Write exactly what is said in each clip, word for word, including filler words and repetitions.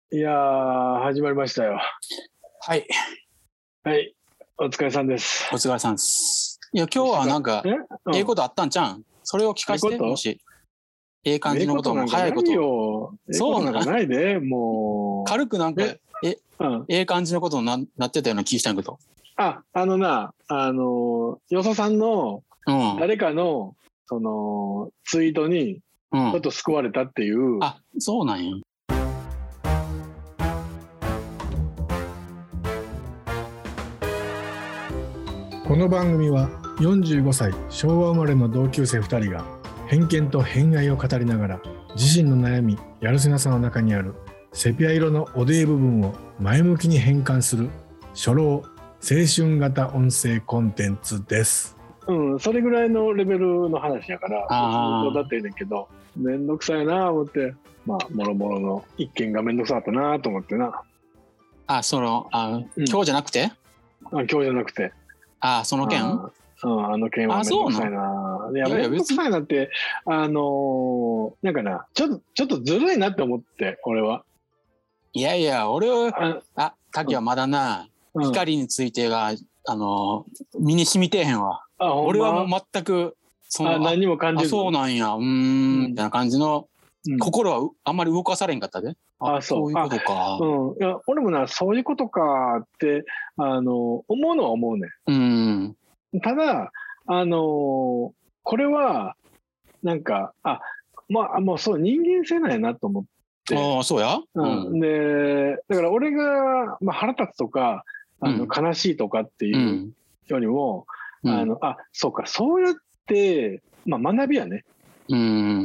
いやー、始まりましたよ。 はい。 はい。お疲れさんです。 お疲れさんです。いや、今日はなんか、え、うん、ええことあったんちゃうん？それを聞かせて、もし。ええ感じのことも早いこと。 ええことそうなんかないで、もう。 軽くなんか、え、え、うん、ええ感じのことに な, なってたような気したんやけど。 あ、あのな、あの、よそさんの、誰かの、うん、その、ツイートに、ちょっと救われたっていう。うん、 あ、そうなんや。 この番組はよんじゅうごさい昭和生まれの同級生ふたりが偏見と偏愛を語りながら自身の悩みやるせなさの中にあるセピア色のおでい部分を前向きに変換する初老青春型音声コンテンツです。 うん、それぐらいのレベルの話やからそうだってんねんけど、めんどくさいな思って、まあもろもろの一件がめんどくさかったなと思ってな。 あ、そのあ、うん、今日じゃなくて？あ、 今日じゃなくて。 あ、その件？ あ, あの件はめんどくさいな。いや、めんどくさいなって、あのー、なんかな、ちょっと、ちょっとずるいなって思って、俺は。 いやいや、俺は、あ、滝はまだな、うん、光についてが、あのー、身に染みてへんわ。あ、俺はもう全く、 その、あ、何も感じず。 あ、そうなんや、うーん、うん、みたいな感じの、うん、心はあんまり動かされんかったで。 ああ、そう。 そういうことか。 うん。いや、俺もな、そういうことかって、あの、思うのは思うね。 うん。 ただ、あの、これは、なんか、あ、まあ、もうそう、人間性なんやなと思って。 ああ、そうや。 うん。で、だから俺が、まあ、腹立つとか、あの、うん、悲しいとかっていうよりも、うん、あの、あ、そうか、そうやって、まあ、学びやね。 うん、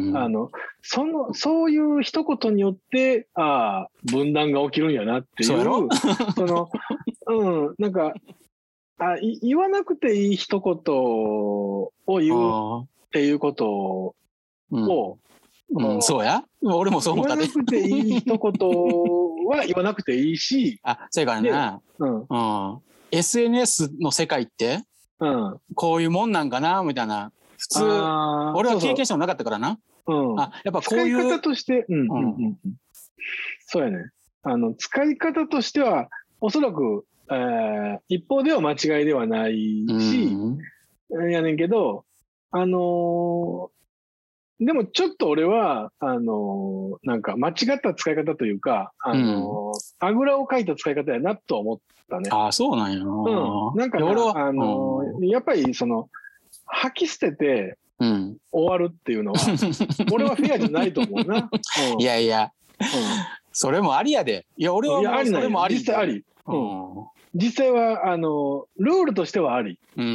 あのそのそういう一言によってああ分断が起きるんやなっていうそうやろそのうんなんかあい言わなくていい一言を言うっていうことを、 うんうん、そうや俺もそう思ったで。 言わなくていい一言は言わなくていいしあそうやからね、うんうん、エスエヌエス の世界って、うん、こういうもんなんかなみたいな。普通俺は経験したのなかったからな。 そうそう、うん、 あやっぱこういう使い方として、うんうんうんうん、そうやね。あの使い方としてはおそらく、えー、一方では間違いではないし、うん、やねんけど、あのー、でもちょっと俺はあのー、なんか間違った使い方というか、あのー、あぐらをかいた使い方やなと思ったね。 あそうなんやな。 うん、なんかな、あのー、やっぱりその吐き捨てて終わるっていうのは、うん、俺はフェアじゃないと思うな。 うん、いやいや、うん、それもありやで。いや俺はもうそれもあり。 実際あり。うん、実際はあのルールとしてはあり。うん、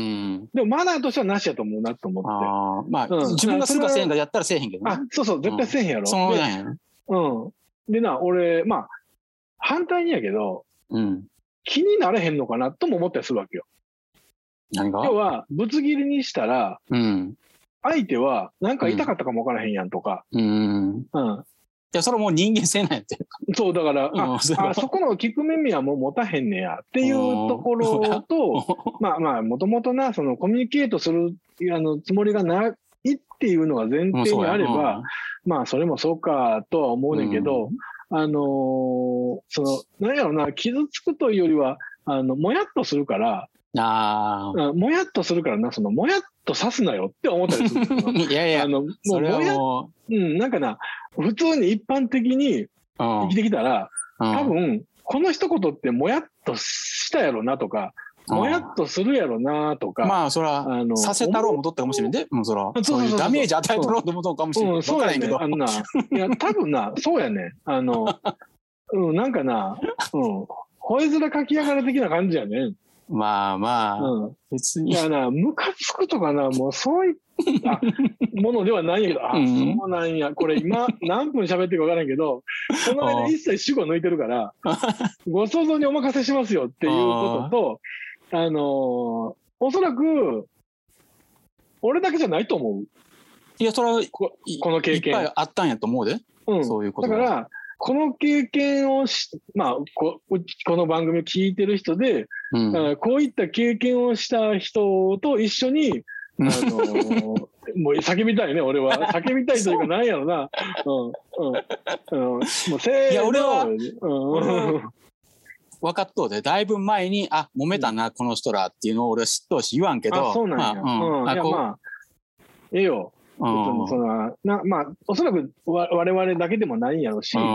でもマナーとしてはなしやと思うなと思って。 あまあ、うん、自分がするかせえへんかやったらせえへんけどね。 あそうそう絶対せえへんやろ。うん、 そうなんや。 うん。でな俺まあ反対にやけど、うん、気になれへんのかなとも思ったりするわけよ。 何が？ 要はぶつ切りにしたら、うん、相手は何か痛かったかも分からへんやんとか、うんうんうん、いやそれもう人間性なんやって。 そうだから、うん、あ, あそこの聞く耳はもう持たへんねやっていうところとまあまあもともとなそのコミュニケートするあのつもりがないっていうのが前提にあれば、うん、まあそれもそうかとは思うねんけど、うん、あのー、その何やろな傷つくというよりはあのもやっとするから。 ああもやっとするからな、そのもやっと刺すなよって思ったりするいやいや、 あのもうもやもう、うん、なんかな、普通に一般的に生きてきたら、多分この一言ってもやっとしたやろなとか、もやっとするやろなとか、 まあそらあのさせたろうもとったかもしれんで、もうそらそういうダメージ与えたろうと思ったかもしれん。 うん、そうやねん。あんな、いや多分な、そうやねん。あの、うん、なんかな、うん、吠え面かきやがれ的な感じやねん。 まあまあ、うん、 別に。いやな、ムカつくとかな、もうそういったものではないんやけど、あ、うん、そうなんや。これ今何分喋ってるか分からんけど、その間一切主語抜いてるから、ご想像にお任せしますよっていうことと、あのー、おそらく、俺だけじゃないと思う。 いや、それはこ、この経験。 いっぱいあったんやと思うで。うん。そういうことだから、この経験をし、まあ、こ, この番組を聞いてる人で、うん、こういった経験をした人と一緒に、あのもう叫びたいね、俺は。叫びたいというか、なんやろな。うん。うん。うん、もうせーの。 いや、俺は、 うん。 分かっとうで、だいぶ前に、あ、揉めたな、うん、この人らっていうのを俺は知っとうし言わんけど。 あ、そうなんや。まあ、うん。うん、いや、まあ、ええよ。別にそのなまあ、おそらくわ我々だけでもないんやろうし、うん、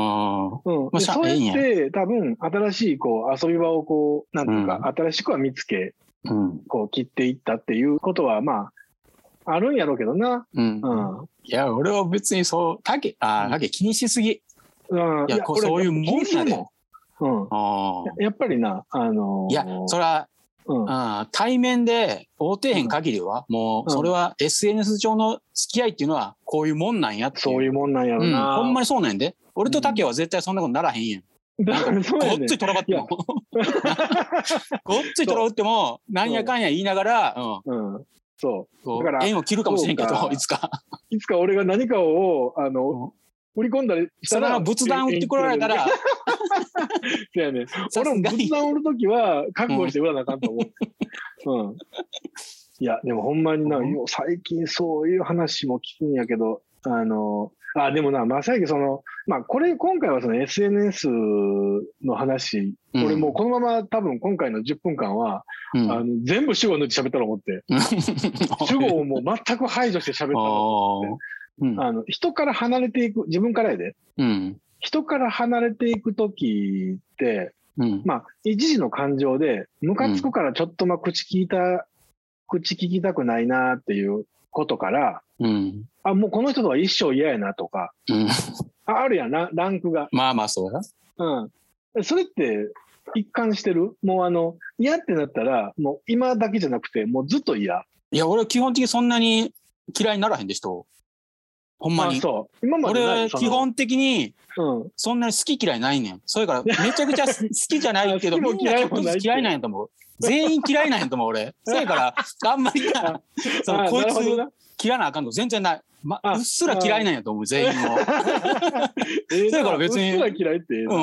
でそうやって多分新しいこう遊び場をこうなんていうか、うん、新しくは見つけ、うん、こう切っていったっていうことはまああるんやろうけどな。 うんうん、いや俺は別にそう影あ影気にしすぎ。うん、いやこうそういうもんやで。 うん、やっぱりなあのー、 いやそれは。うん、あ対面で会うてへん限りは、うん、もうそれは エスエヌエス 上の付き合いっていうのはこういうもんなんやっていう。 そういうもんなんやろな、 うん、ほんまにそうなんやで。俺と竹は絶対そんなことならへんやん。うん、なんかごっついトラバってもごっついトラバってもなんやかんや言いながら、うんうん、 そうだから縁を切るかもしれんけどいつかいつか俺が何かをあの、うん売り込んだりしたら。 それは仏壇売ってこられたら。 そうやね。俺も仏壇売るときは覚悟して売らなあかんと思う。うん。うん、いや、でもほんまにな、うん、最近そういう話も聞くんやけど、あの、あ、でもな、まさきその、まあこれ、今回はその エスエヌエス の話、うん、俺もうこのまま多分今回のじゅっぷんかんは、うん、あの全部主語抜いて喋ったと思って、主語をもう全く排除して喋ったと思って。うん、あの人から離れていく自分からやで、うん、人から離れていくときって、うん、まあ一時の感情でムカつくからちょっとまあ口聞いた、うん、口聞きたくないなっていうことから、うん、あもうこの人とは一生嫌やなとか、うん、あ, あるやなランクがまあまあそうや、 うん、それって一貫してるもうあの嫌ってなったらもう今だけじゃなくてもうずっと嫌。 いや俺基本的にそんなに嫌いにならへんでしょほんまに。 そう今まで俺基本的にそんなに好き嫌いないねん。それからめちゃくちゃ好きじゃないけどみんなちょっとずつ嫌いなんやと思う。全員嫌いなんやと思う俺。それからあんまりなそのこいつ嫌いなあかんの全然ない。ま、うっすら嫌いなんやと思う全員を。それから別に。うっすら嫌いって。うん。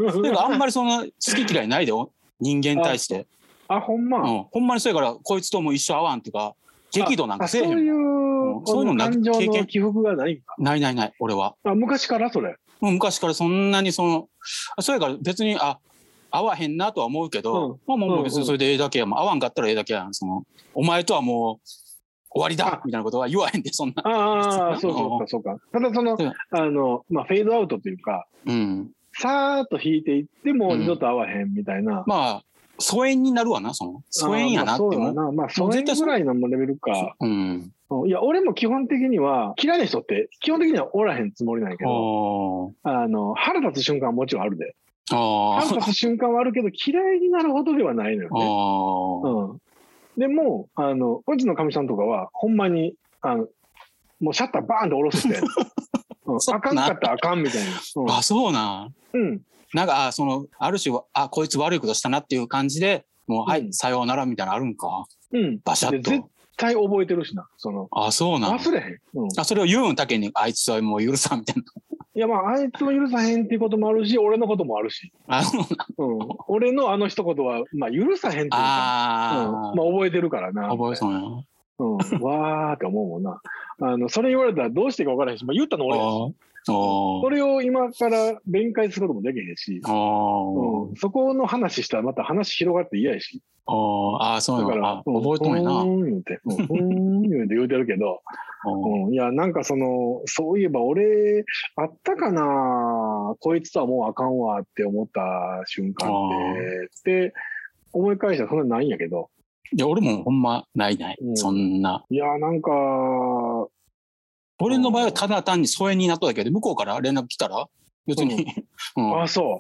それからあんまりその好き嫌いないで人間に対して。 あほんま。うんほんまにそれからこいつとも一緒合わんっていうか激怒なんかせえへん。 そういうそういうの感情の起伏がないんか。 ないないない俺は。 あ昔からそれ。 もう昔からそんなにそのそれから別にあ合わへんなとは思うけど、うん、まあもう別にそれでええだけやもん合わんかったらええだけやんそのお前とはもう終わりだみたいなことは言わへんでそんな。 ああそうそうかそうか。ただそのあのまあフェードアウトというか、うん、さーっと引いていっても二度と合わへんみたいな。うん、 まあ疎遠になるわなその疎遠やなっても。 そうだなまあ疎遠ぐらいのレベルか。うん。いや俺も基本的には嫌いな人って基本的にはおらへんつもりなんやけど、あの腹立つ瞬間はもちろんあるで。腹立つ瞬間はあるけど嫌いになるほどではないのよね。うん、でもあのうちのかみさんとかはほんまにあのもうシャッターバーンと下ろして、うん、あかんかったらあかんみたいな。 うん、あそうなん。うん。なんかあそのある種あこいつ悪いことしたなっていう感じでもう、うん、はいさようならみたいなのあるんか。うん。バシャッと。 絶対覚えてるしなその。 あそうなん。 忘れへん。うん、 あそれを言うんだけにあいつはもう許さんみたいな。 いやまああいつも許さへんっていうこともあるし俺のこともあるし。あうん。俺のあの一言はまあ許さへんっていうか。あ、うん、まあ覚えてるからな。 覚えそうや。 うん。わーって思うもんな。あのそれ言われたらどうしていいか分からへんし、まあ、言ったの俺やし。それを今から弁解することもできへんし、うん、そこの話したらまた話広がって嫌やし。 ああ、そうだから、うん、覚えとんやな。 ふーん言うて、ふーん言うて言うてるけど、うん、いや、なんかその、そういえば俺、あったかなこいつとはもうあかんわって思った瞬間って、って思い返したらそんなないんやけど。 いや、俺もほんまないない、うん、そんな。 いや、なんか、 俺の場合はただ単に疎遠になっただけで、向こうから連絡来たら、別に、 うんうん、あそう。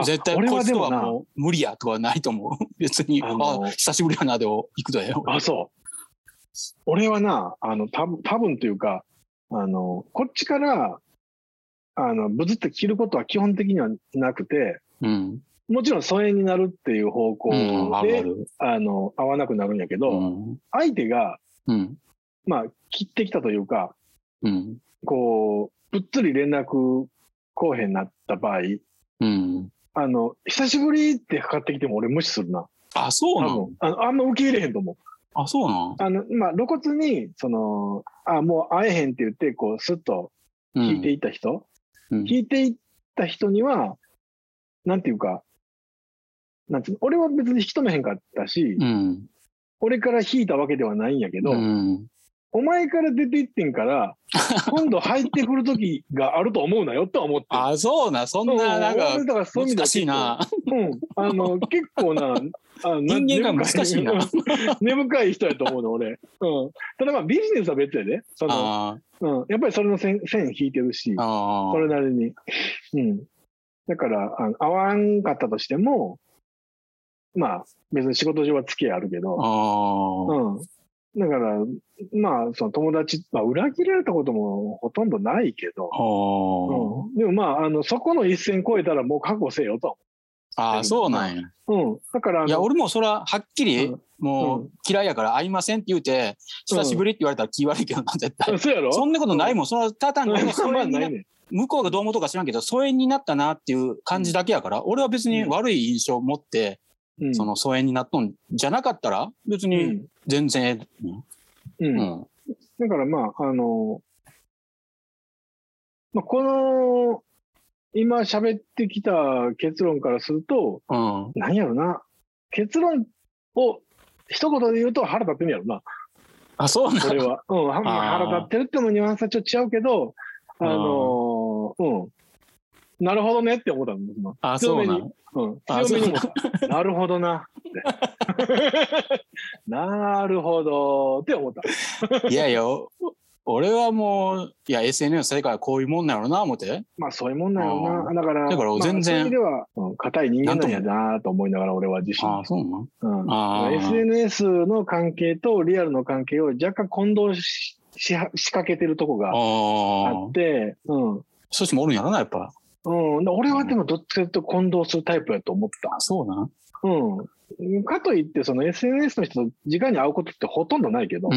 絶対こいつとはもう無理やとはないと思う。別に、ああ、久しぶりやなで行くだよ。 あ、そう。俺はな、あの、た多分というか、あの、こっちから、あの、ブズって切ることは基本的にはなくて、うん、もちろん疎遠になるっていう方向で、うん、あるあるあの、合わなくなるんやけど、うん、相手が、うん、まあ、切ってきたというか、うん、こう、ぷっつり連絡こうへんなった場合、うん、あの、久しぶりってかかってきても俺無視するな。 あ、そうなの？ あの、あんま受け入れへんと思う。 あ、そうなんあの、まあ、露骨に、その、あ、もう会えへんって言って、こう、スッと引いていった人、うん、引いていった人には、なんていうか、なんていうの、俺は別に引き止めへんかったし、うん、俺から引いたわけではないんやけど、うん、お前から出ていってんから、今度入ってくる時があると思うなよとは思って。 あ、そうな、そんな、なんか、難しいな。 うん、あの、結構な、あ人間が難しいな。 根深い人やと思うの、俺。うん。ただまあビジネスは別やで。その、うん。やっぱりそれの線、線引いてるし、それなりに。うん。だから、あの合わんかったとしても、まあ、別に仕事上は付き合いあるけど、うん。だから、まあ、その友達、まあ、裏切られたこともほとんどないけど、うん、でもまあ、あの、そこの一線越えたらもう覚悟せよと。 ああ、そうなんや。 うん。だから、 いや、俺もそれははっきり、うん、もう嫌いやから会いませんって言うて、久しぶりって言われたら気悪いけどな、絶対。 そうやろ？ そんなことないもん。それはただの疎遠にな、向こうがどう思うとか知らんけど、疎遠になったなっていう感じだけやから、俺は別に悪い印象を持って、うん、その疎遠になっとんじゃなかったら、別に全然、 うん。うん。うん、だからまあ、あの、まあ、この、今喋ってきた結論からすると、うん、何やろな。結論を一言で言うと腹立ってんやろな。 あ、そうなんこれは。うん、腹立ってるってもニュアンスはちょっと違うけど、あのー、うん。なるほどねって思ったんです。 あ、そうなの。 うん。強めに思った。なるほどな。なるほどって思った。 いやいや、俺はもう、いや、エスエヌエス 世界はこういうもんなのな、思って。 まあ、そういうもんなのな。だから、 だから全然。 まあ、そういう意味では、硬、うん、い人間なんやなと思いながら、俺は自身。 ああ、そうなの、 うん、あ エスエヌエス の関係とリアルの関係を若干混同し、し、仕掛けてるとこがあって、うん。 そうしてもおるんやろな、やっぱ。 うん。俺はでもどっちかというと混同するタイプやと思った。 そうな。 うん。かといって、その エスエヌエス の人と直に会うことってほとんどないけど。うん。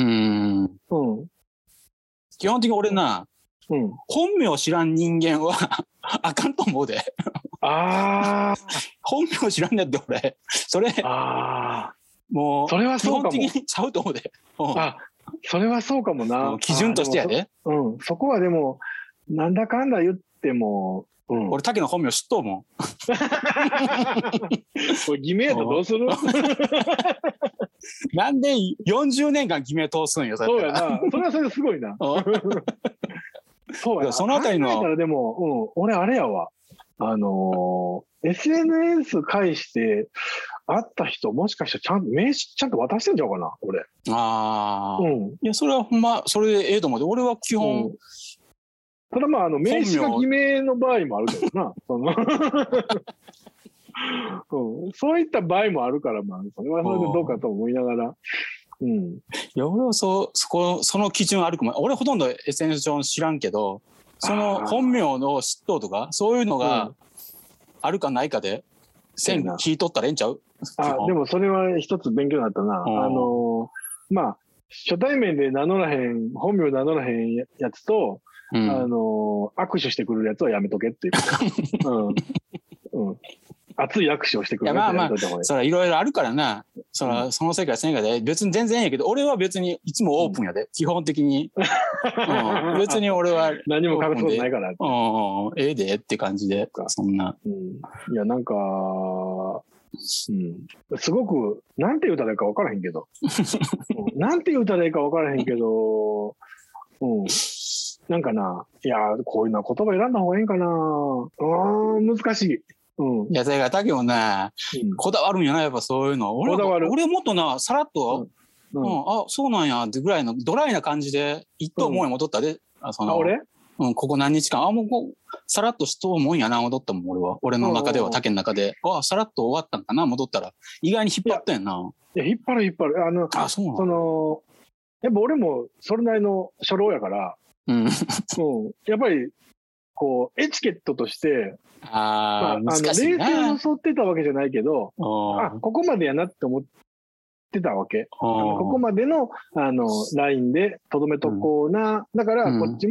うん。 基本的に俺な、うん、本名知らん人間はあかんと思うで。 ああ。 本名知らんねんって俺。それ、 あもう、 それはそうかも。 基本的にちゃうと思うで。 うん、あ、それはそうかもな。 基準としてやで。 うん。そこはでも、なんだかんだ言っても、うん、 俺、竹の本名知っとうもん。 これ偽名やとどうする？ なんでよんじゅうねんかん偽名通すんよ、 そうやな。それはそれですごいな。そうや。 そのあたりの。 考えたらでも、うん、俺あれやわ。あのー、エスエヌエス 介して会った人、もしかしたらちゃんと名刺ちゃんと渡してんちゃうかな、俺。 ああ。うん。いや、それはほんま、それでええと思うで、俺は基本、うん、 ただまあ、あの、名刺が偽名の場合もあるけどな。そのうん、そういった場合もあるから、まあ、それはそれでどうかと思いながら。うん。いや、俺はそう、そこ、その基準あるかも。俺ほとんど エスエヌエス 上知らんけど、その本名の嫉妬とか、そういうのがあるかないかで、線引いとったらええんちゃう？ あ、でもそれは一つ勉強になったな。あの、まあ、初対面で名乗らへん、本名名乗らへんやつと、うん、あの、握手してくるやつはやめとけっていうこと。うん。うん。熱い握手をしてくるやつはやめといた方がいい。 それはいろいろあるからな。その、うん、その世界、世界で別に全然ええんやけど、俺は別にいつもオープンやで、うん、基本的に。うん、別に俺は。 何も隠すことないから。 うん、ええでって感じで、そんな。 うん、いや、なんか、うん、すごく、なんて言うたらいいか分からへんけど。うん、なんて言うたらいいか分からへんけど、うん。なんかな、いや、こういうのは言葉選んだ方がいいんかな。うん、難しい。うん。 いや、それがだけどな、うん、こだわるんやな、やっぱそういうの。俺こだわる。 俺もっとな、さらっと、うんうん、あ、そうなんや、ってぐらいのドライな感じで、言っと思うよ、戻ったで。 あ、そのあ、俺うん、ここ何日間、あ、もうこう、さらっとしと思うんやな、戻ったもん、俺は。俺の中では、竹の中で。あ、さらっと終わったんかな、戻ったら。意外に引っ張ったんやな。 いや、引っ張る引っ張る。あの、 あ、そうなの。 その、やっぱ俺もそれなりの初老やから、うん、うん、やっぱり、こう、エチケットとして、 あ、まあ、難しいな。 あの、冷静を沿ってたわけじゃないけど、あ、ここまでやなって思ってたわけ。あのここまでの、あの、ラインでとどめとこうな、うん、だからこっちも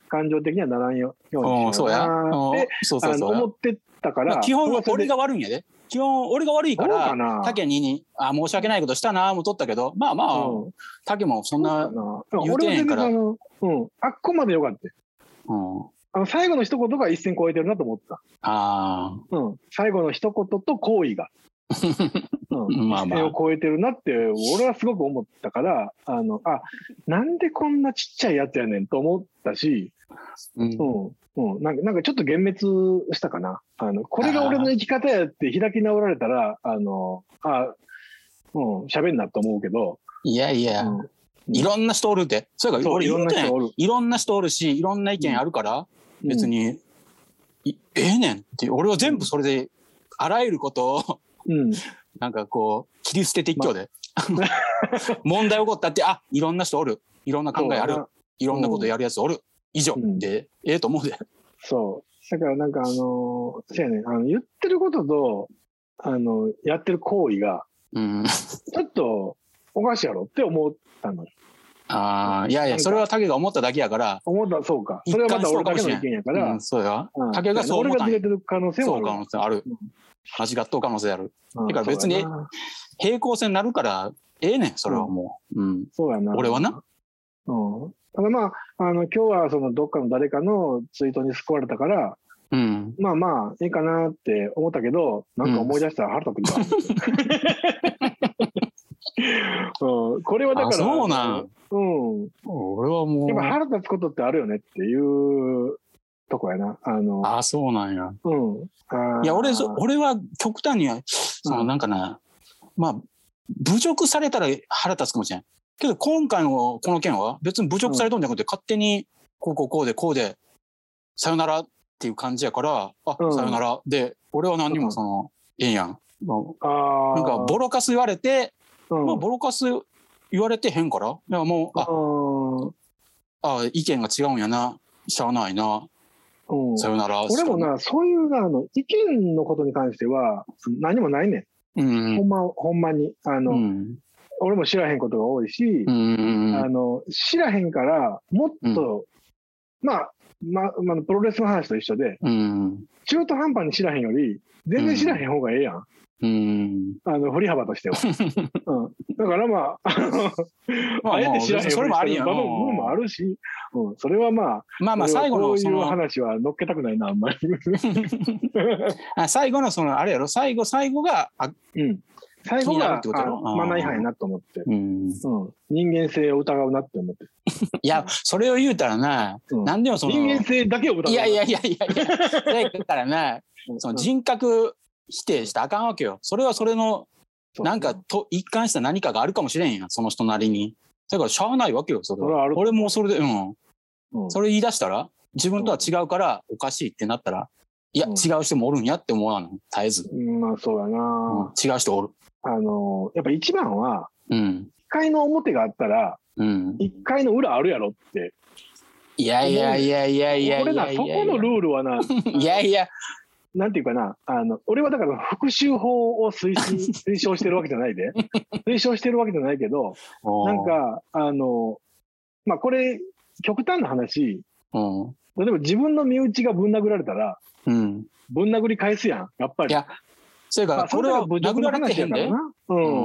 感情的にはならんようにしようなって思ってたから、 まあ、基本俺が悪いんやで。基本俺が悪いから竹にあ申し訳ないことしたなもとったけど、まあまあ竹、うん、もそんな言うてへんから、 俺は全然あの、うん、あっこまでよかった。うん、あの最後の一言が一線超えてるなと思った。ああ、うん、最後の一言と行為が。うん、まあまあ、一線を超えてるなって俺はすごく思ったから、あのあなんでこんなちっちゃいやつやねんと思ったし、うんうんうん、なんかなんかちょっと幻滅したかな。あのこれが俺の生き方やって開き直られたらあのあうん喋んなと思うけど、 いやいや、うん、いろんな人おるって。それから俺言うてん、いろんな人おるしいろんな意見あるから、うん、別に、うん、ええねんって俺は全部それであらゆることを、うん、なんかこう切り捨てて一挙で、ま、問題起こったってあいろんな人おるいろんな考えあるいろんなことやるやつおる、うん、以上で、うん、ええと思うで。 そうだからなんかあのそうやねあの言ってることとあのやってる行為が、うん、ちょっとおかしいやろって思ったの。 ああいやいやそれは竹が思っただけやから思ったそうかそれはまた俺だけの意見やから、 うん、そうや、うん、竹がそう思ったんや。 俺がずれてる可能性もある。 そう可能性ある、うん、間違っとう可能性ある、うん、だから別に平行線になるからええねんそれはもう、うんうん、 そうやな俺はな、 うん、ただまああの今日はそのどっかの誰かのツイートに救われたから、うん、まあまあいいかなって思ったけどなんか思い出したら腹立ってた、うんうん、これはだからそうなん、 うん、 俺はもうやっぱ腹立つことってあるよねっていうとこやな。あのあそうなんや、うん、あいや俺俺は極端にはそのなんかな、うん、まあ侮辱されたら腹立つかもしれんけど今回のこの件は別に侮辱されとんじゃなくて、うん、勝手にこうこうこうでこうでさよならっていう感じやからあ、うん、さよならで俺は何にもその、うん、ええやん、あなんかボロカス言われて、うんまあ、ボロカス言われてへんからだからもうああ意見が違うんやなしゃあないな、うん、さよなら。 俺もなそういうあの意見のことに関しては何もないねん、うん、ほんまほんまにあの、うん俺も知らへんことが多いし、うんうんうん、あの知らへんからもっと、うん、まあ、まあ、まあ、プロレスの話と一緒で、うん、中途半端に知らへんより全然知らへん方がええやん、うん、あの振り幅としては、うん、だからまああえて知らへんふりしてる場面もあるし、うん、それはまあまあまあ最後のこういう話は乗っけたくないなあんまり最後のそのあれやろ最後最後があ、 うん最後がマナー違反やなと思って、うんうん、人間性を疑うなって思っていやそれを言うたらな、うん、何でもその人間性だけを疑ういやいやいやいやいやだからなその人格否定したらあかんわけよ。それはそれのなんかと一貫した何かがあるかもしれんやんその人なりに。だからしゃあないわけよそれは。それ俺もそれで、うんうん、それ言い出したら自分とは違うからおかしいってなったらいや、うん、違う人もおるんやって思わなの絶えず、 うん、まあそうやな、うん、 違う人おる。 あのやっぱ一番は、うん、いっかいの表があったら、うん、いっかいの裏あるやろっていやいやいやいやいやいや俺なそこのルールはないやいやなんていうかなあの俺はだから復讐法を推進推奨してるわけじゃないで推奨してるわけじゃないけどなんかあのまあこれ極端な話例えば自分の身内がぶん殴られたら、うん、ぶん殴り返すやんやっぱり。いやそれからこれは殴られてへんで、うん、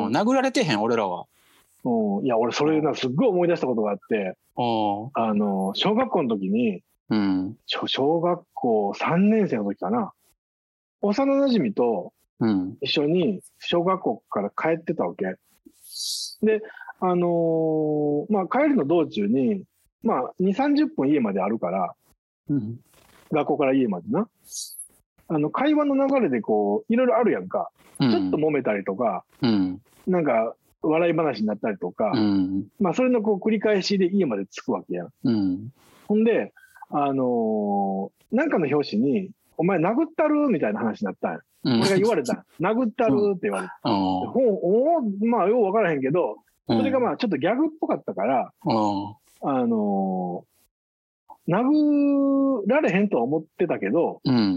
殴られてへん俺らは。 うん、いや俺それなすっごい思い出したことがあってあの小学校の時に、うん、小学校さんねん生の時かな幼なじみと一緒に小学校から帰ってたわけであのー、まあ帰りの道中にまあにじゅうさんじゅっぷん家まであるから、うん、学校から家までなあの会話の流れでこういろいろあるやんか、うん、ちょっと揉めたりとか、うん、なんか笑い話になったりとか、うん、まあそれのこう繰り返しで家まで着くわけやん、うん、ほんであのー、なんかの表紙にお前殴ったるみたいな話になったんや、うん、俺が言われた殴ったるって言われて、うん、おおまあよう分からへんけどそれがまあちょっとギャグっぽかったから、うん、あのー、殴られへんとは思ってたけど、うん、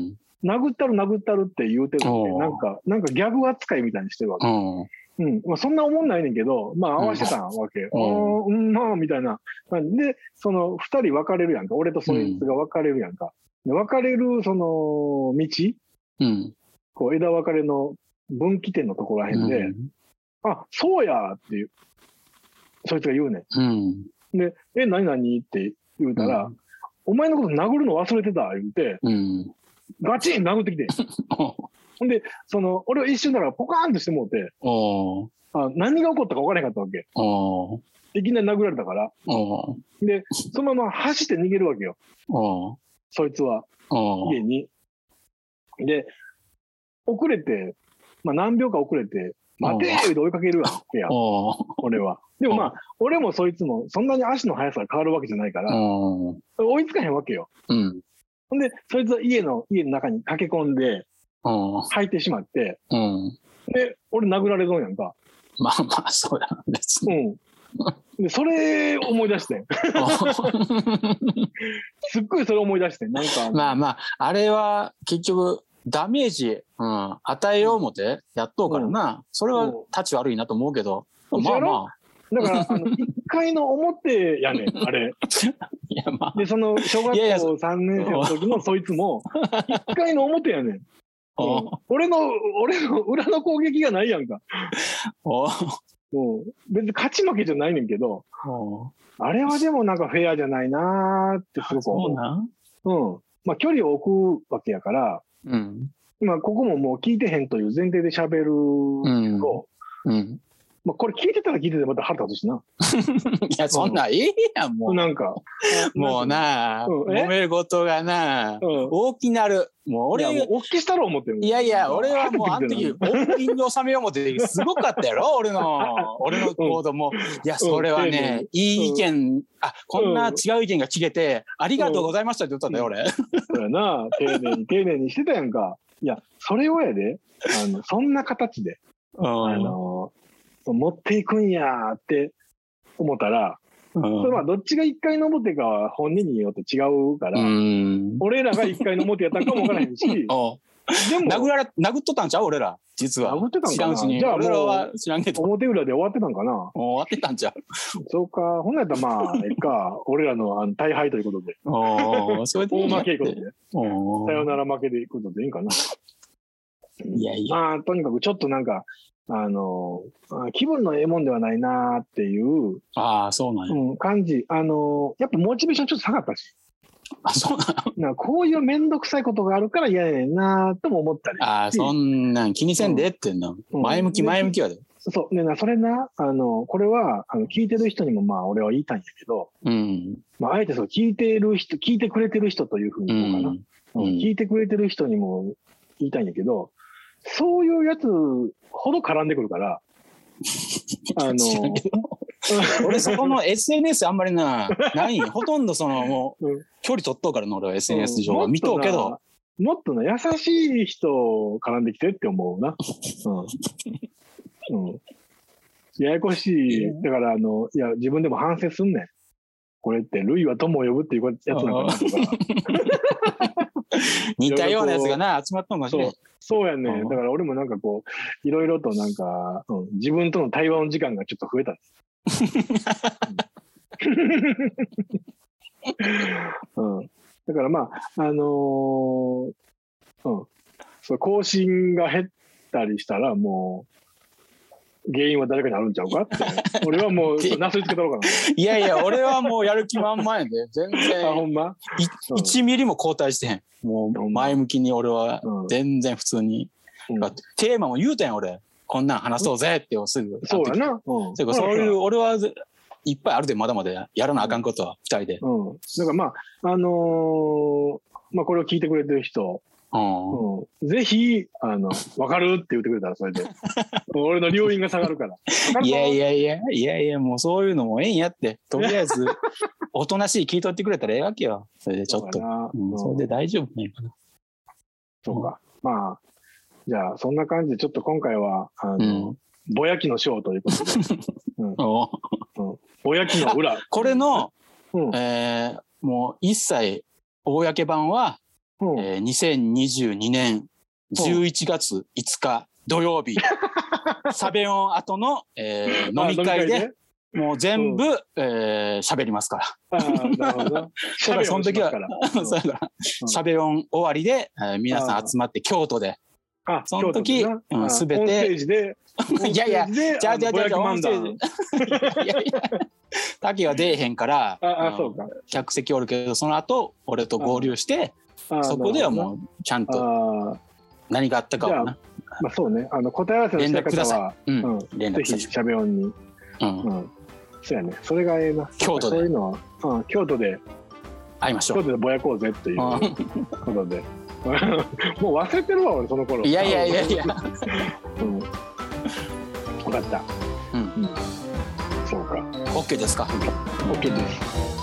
殴ったる殴ったるって言うてるのって、なんか、なんかギャグ扱いみたいにしてるわけ。うんうんまあ、そんな思んないねんけど、まあ合わせてたわけ。うん、うん、まあ、みたいな。で、その二人分かれるやんか。俺とそいつが分かれるやんか。で分かれる、その、道、うん、こう枝分かれの分岐点のところらへんで、うん、あ、そうやっていう、そいつが言うねん。うん、で、え、何何って言うたら、うん、お前のこと殴るの忘れてた言うて、うん、ガチン殴ってきて。ほんで、その、俺は一瞬だからポカーンとしてもうて、あ何が起こったか分からへんかったわけ。いきなり殴られたから。で、そのまま走って逃げるわけよ。そいつは。家に。で、遅れて、まあ何秒か遅れて、待てーって追いかけるわけや。俺は。でもまあ、俺もそいつもそんなに足の速さが変わるわけじゃないから、追いつかへんわけよ。うん、ほんで、そいつは家の、家の中に駆け込んで、吐いてしまって、うん、で、俺殴られそうやんか。 まあまあ、そうや、別に。 うん。で、それ思い出して。すっごいそれ思い出して。なんか。 まあまあ、あれは結局、ダメージ、うん、与えようもてやっとうからな。うん、それは立ち悪いなと思うけど。うん、まあまあ。 だから、あの、いっかいの表やねん、あれ。いやまあ、で、その、小学校さんねん生の時のそいつも、いっかいの表やねん。うん、俺の、俺の裏の攻撃がないやんか。うん、別に勝ち負けじゃないねんけど、あれはでもなんかフェアじゃないなーってすごく思う。そうなん？うん。まあ距離を置くわけやから、うん、今ここももう聞いてへんという前提で喋るけど、うんうんまあ、これ聞いてたら聞いててまた腹立つしな。 いや、そんな、ええやん、もう。 なんか。 もうな、うん、揉めることがな、うん、大きなる。もう俺、 いやもう大きしたろ思ってる。 いやいや、俺はもうあの時、オープニング収めよう思って、すごかったやろ俺の、俺の行動も。いや、それはね、うん、いい意見、あ、こんな違う意見が聞けて、ありがとうございましたって言ったんだよ、俺。 そうやな、丁寧に、丁寧にしてたやんか。いや、それをやで、あの、そんな形で、あの、持っていくんやって思ったら、うん、それはどっちがいっかいの表かは本人によって違うから、うん、俺らがいっかいの表やったんかもわからへんし、でも殴られ、殴っとったんちゃう俺ら、実は。 殴ってたんかな。 じゃあ俺らは知らんけど。 表裏で終わってたんかな。 終わってたんちゃう。 そうか、ほんなやったらまあ、えっか、俺らのあの大敗ということで。それで大負けいうことで。さよなら負けでいくことでいいんかな。 いやいや。 まあ、とにかくちょっとなんか、あの、気分のええもんではないなっていう、 ああ、そうなんや、 うん、感じ。あの、やっぱモチベーションちょっと下がったし。 あ、そうなの？ なこういうめんどくさいことがあるから嫌やねんなとも思ったり。 ああ、そんなん気にせんでってんの。うん、前向き前向きやで。 そう。ねな、それな、あの、これは、あの、聞いてる人にもまあ、俺は言いたいんやけど、うん。まあ、あえてそう、聞いてる人、聞いてくれてる人というふうに言うかな、うんうん。聞いてくれてる人にも言いたいんやけど、そういうやつほど絡んでくるから、 あの、俺そこの エスエヌエス あんまりな、ないほとんどそのもう、距離取っとうからの俺は エスエヌエス 上は見とうけど。 もっとな、優しい人絡んできてって思うな。うん。うん。ややこしい。だからあの、いや、自分でも反省すんねん。これって、類は友を呼ぶっていうやつなのかなとか。 似たようなやつがな、集まったのかもしれない。 そうやね。だから俺もなんかこう、いろいろとなんか、うん、自分との対話の時間がちょっと増えたんです。うん、だからまあ、あのー、うん、そう更新が減ったりしたらもう、原因は誰かにあるんちゃうかって。俺はもう、なすりつけたろうかな。 いやいや、俺はもうやる気満々やで。全然。 あ、ほんま、 うん、いちミリも後退してへん。もう前向きに俺は全然普通に、うん、テーマも言うたやん俺こんなん話そうぜってすぐ、 うん、そうやな、 うん、そういう俺はいっぱいあるでまだまだやらなあかんことはふたりで、 うん、だからまああのー、まあこれを聞いてくれてる人、うんうん、ぜひあの分かるって言ってくれたらそれで俺の留飲が下がるからいやいやいやいやいやもうそういうのもええんやってとりあえずおとなしい聞いとってくれたらええわけよそれでちょっと そ,、うん、それで大丈夫ねかなそうか、うん、まあじゃあそんな感じでちょっと今回はあの、うん、ぼやきのショーということで、うんうん、ぼやきの裏これの、うんえー、もう一切公版はうんえー、にせんにじゅうにねんじゅういちがついつか土曜日、しゃべ音後の、えー、飲み会で、もう全部、うん、えー、喋りますから。 あなるほど。 だからその時は、そうだから、しゃべ音終わりで、えー、皆さん集まって京都で、 あその時、すべ、うん、て、いやいや、じゃあじゃあじゃあじゃあ、オンステージ。いやいや、滝は出えへんから、 ああそうか客席おるけど、その後、俺と合流して、そこではもう、ちゃんと、何があったかをな。 まあそうね、あの答え合わせのした方は、 連絡ください。うん、 連絡ぜひしゃべ音に。うん、うん、そうやね、それがええな。 京都で。 そういうのは、うん、京都で会いましょう。 京都でぼやこうぜということで。もう忘れてるわ俺その頃。 いやいやいやいや。 うん。分かった。 うん。 そうか。 オッケーですか。 オッケーです。